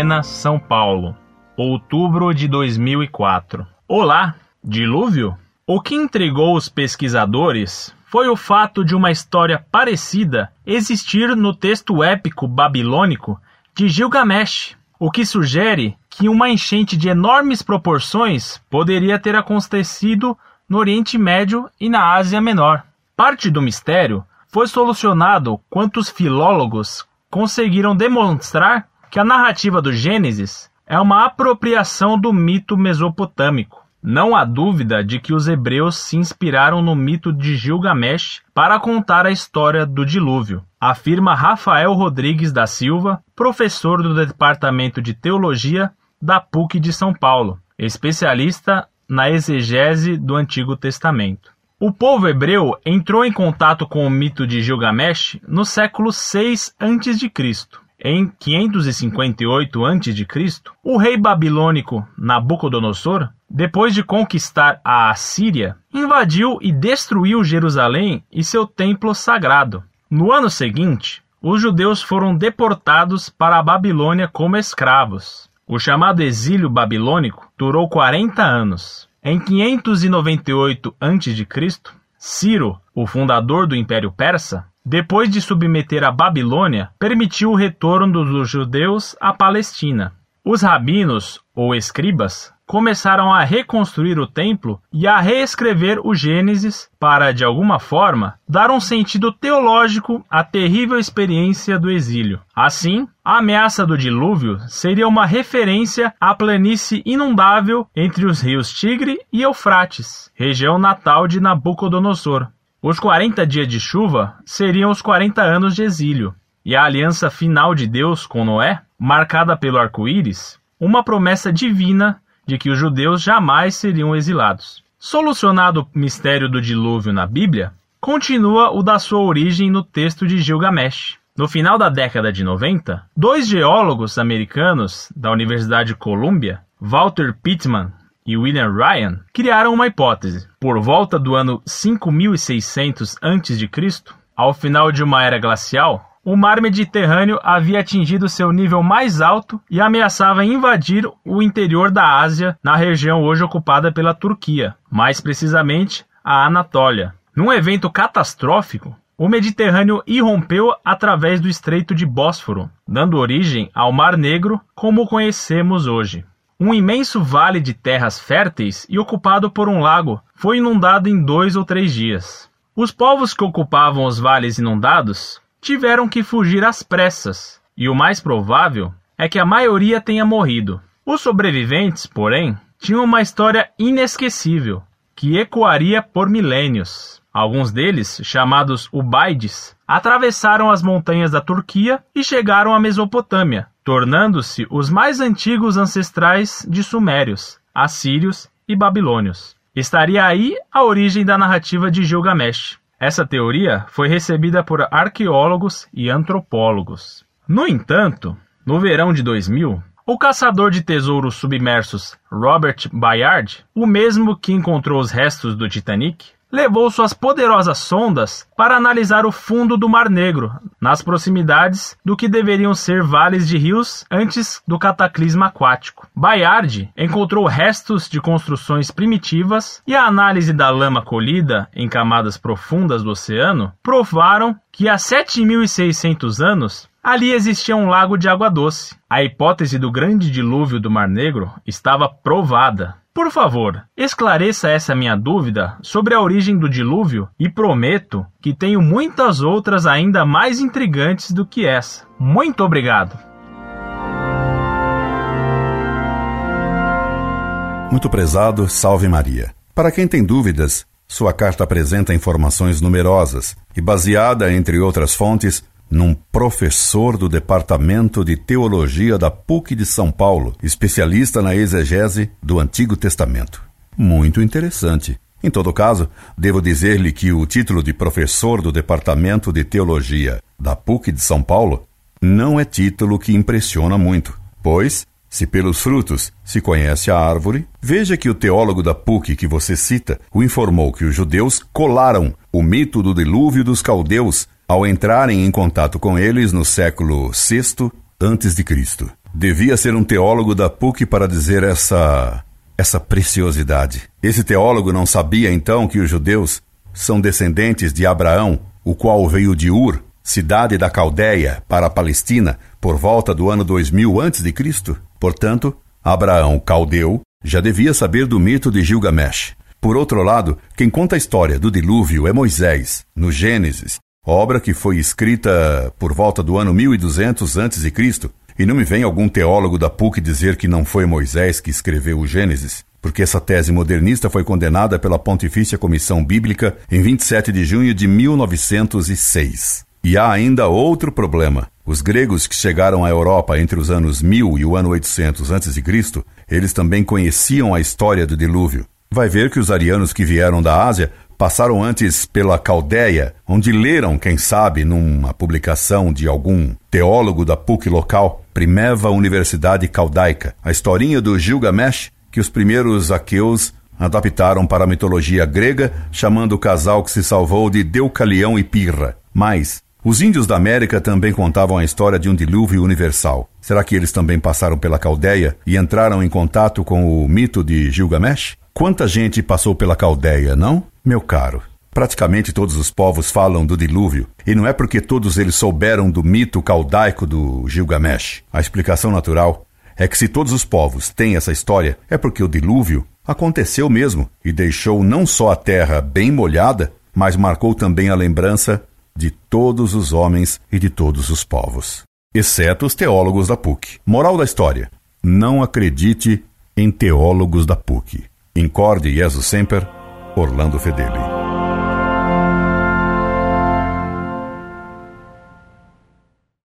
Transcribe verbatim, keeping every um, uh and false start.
Sena, São Paulo, outubro de dois mil e quatro. Olá, dilúvio? O que intrigou os pesquisadores foi o fato de uma história parecida existir no texto épico babilônico de Gilgamesh, o que sugere que uma enchente de enormes proporções poderia ter acontecido no Oriente Médio e na Ásia Menor. Parte do mistério foi solucionado quando os filólogos conseguiram demonstrar que a narrativa do Gênesis é uma apropriação do mito mesopotâmico. Não há dúvida de que os hebreus se inspiraram no mito de Gilgamesh para contar a história do dilúvio, afirma Rafael Rodrigues da Silva, professor do Departamento de Teologia da P U C de São Paulo, especialista na exegese do Antigo Testamento. O povo hebreu entrou em contato com o mito de Gilgamesh no século seis antes de Cristo. Em quinhentos e cinquenta e oito antes de Cristo, o rei babilônico Nabucodonosor, depois de conquistar a Assíria, invadiu e destruiu Jerusalém e seu templo sagrado. No ano seguinte, os judeus foram deportados para a Babilônia como escravos. O chamado exílio babilônico durou quarenta anos. Em quinhentos e noventa e oito antes de Cristo, Ciro, o fundador do Império Persa, depois de submeter a Babilônia, permitiu o retorno dos judeus à Palestina. Os rabinos, ou escribas, começaram a reconstruir o templo e a reescrever o Gênesis para, de alguma forma, dar um sentido teológico à terrível experiência do exílio. Assim, a ameaça do dilúvio seria uma referência à planície inundável entre os rios Tigre e Eufrates, região natal de Nabucodonosor. Os quarenta dias de chuva seriam os quarenta anos de exílio, e a aliança final de Deus com Noé, marcada pelo arco-íris, uma promessa divina de que os judeus jamais seriam exilados. Solucionado o mistério do dilúvio na Bíblia, continua o da sua origem no texto de Gilgamesh. No final da década de noventa, dois geólogos americanos da Universidade de Columbia, Walter Pittman e William Ryan, criaram uma hipótese. Por volta do ano cinco mil e seiscentos antes de Cristo, ao final de uma era glacial, o mar Mediterrâneo havia atingido seu nível mais alto e ameaçava invadir o interior da Ásia, na região hoje ocupada pela Turquia, mais precisamente a Anatólia. Num evento catastrófico, o Mediterrâneo irrompeu através do Estreito de Bósforo, dando origem ao Mar Negro como o conhecemos hoje. Um imenso vale de terras férteis e ocupado por um lago foi inundado em dois ou três dias. Os povos que ocupavam os vales inundados tiveram que fugir às pressas, e o mais provável é que a maioria tenha morrido. Os sobreviventes, porém, tinham uma história inesquecível, que ecoaria por milênios. Alguns deles, chamados Ubaides, atravessaram as montanhas da Turquia e chegaram à Mesopotâmia, tornando-se os mais antigos ancestrais de sumérios, assírios e babilônios. Estaria aí a origem da narrativa de Gilgamesh. Essa teoria foi recebida por arqueólogos e antropólogos. No entanto, no verão de dois mil, o caçador de tesouros submersos Robert Bayard, o mesmo que encontrou os restos do Titanic, levou suas poderosas sondas para analisar o fundo do Mar Negro, nas proximidades do que deveriam ser vales de rios antes do cataclisma aquático. Bayard encontrou restos de construções primitivas e a análise da lama colhida em camadas profundas do oceano provaram que há sete mil e seiscentos anos ali existia um lago de água doce. A hipótese do grande dilúvio do Mar Negro estava provada. Por favor, esclareça essa minha dúvida sobre a origem do dilúvio e prometo que tenho muitas outras ainda mais intrigantes do que essa. Muito obrigado. Muito prezado, salve Maria. Para quem tem dúvidas, sua carta apresenta informações numerosas e baseada, entre outras fontes, num professor do Departamento de Teologia da P U C de São Paulo, especialista na exegese do Antigo Testamento. Muito interessante. Em todo caso, devo dizer-lhe que o título de professor do Departamento de Teologia da P U C de São Paulo não é título que impressiona muito, pois, se pelos frutos se conhece a árvore, veja que o teólogo da P U C que você cita o informou que os judeus colaram o mito do dilúvio dos caldeus ao entrarem em contato com eles no século sexto antes de Cristo. Devia ser um teólogo da P U C para dizer essa... essa preciosidade. Esse teólogo não sabia, então, que os judeus são descendentes de Abraão, o qual veio de Ur, cidade da Caldeia, para a Palestina, por volta do ano dois mil antes de Cristo. Portanto, Abraão, caldeu, já devia saber do mito de Gilgamesh. Por outro lado, quem conta a história do dilúvio é Moisés, no Gênesis, obra que foi escrita por volta do ano mil e duzentos antes de Cristo. E não me vem algum teólogo da P U C dizer que não foi Moisés que escreveu o Gênesis, porque essa tese modernista foi condenada pela Pontifícia Comissão Bíblica em vinte e sete de junho de mil novecentos e seis. E há ainda outro problema. Os gregos que chegaram à Europa entre os anos mil e o ano oitocentos antes de Cristo, eles também conheciam a história do dilúvio. Vai ver que os arianos que vieram da Ásia passaram antes pela Caldeia, onde leram, quem sabe, numa publicação de algum teólogo da P U C local, Primeva Universidade Caldaica, a historinha do Gilgamesh que os primeiros aqueus adaptaram para a mitologia grega, chamando o casal que se salvou de Deucalião e Pirra. Mas os índios da América também contavam a história de um dilúvio universal. Será que eles também passaram pela Caldeia e entraram em contato com o mito de Gilgamesh? Quanta gente passou pela Caldeia, não? Meu caro, praticamente todos os povos falam do dilúvio, e não é porque todos eles souberam do mito caldaico do Gilgamesh. A explicação natural é que se todos os povos têm essa história, é porque o dilúvio aconteceu mesmo e deixou não só a terra bem molhada, mas marcou também a lembrança de todos os homens e de todos os povos, exceto os teólogos da P U C. Moral da história: não acredite em teólogos da P U C. Incorde Jesus Semper, Orlando Fedeli.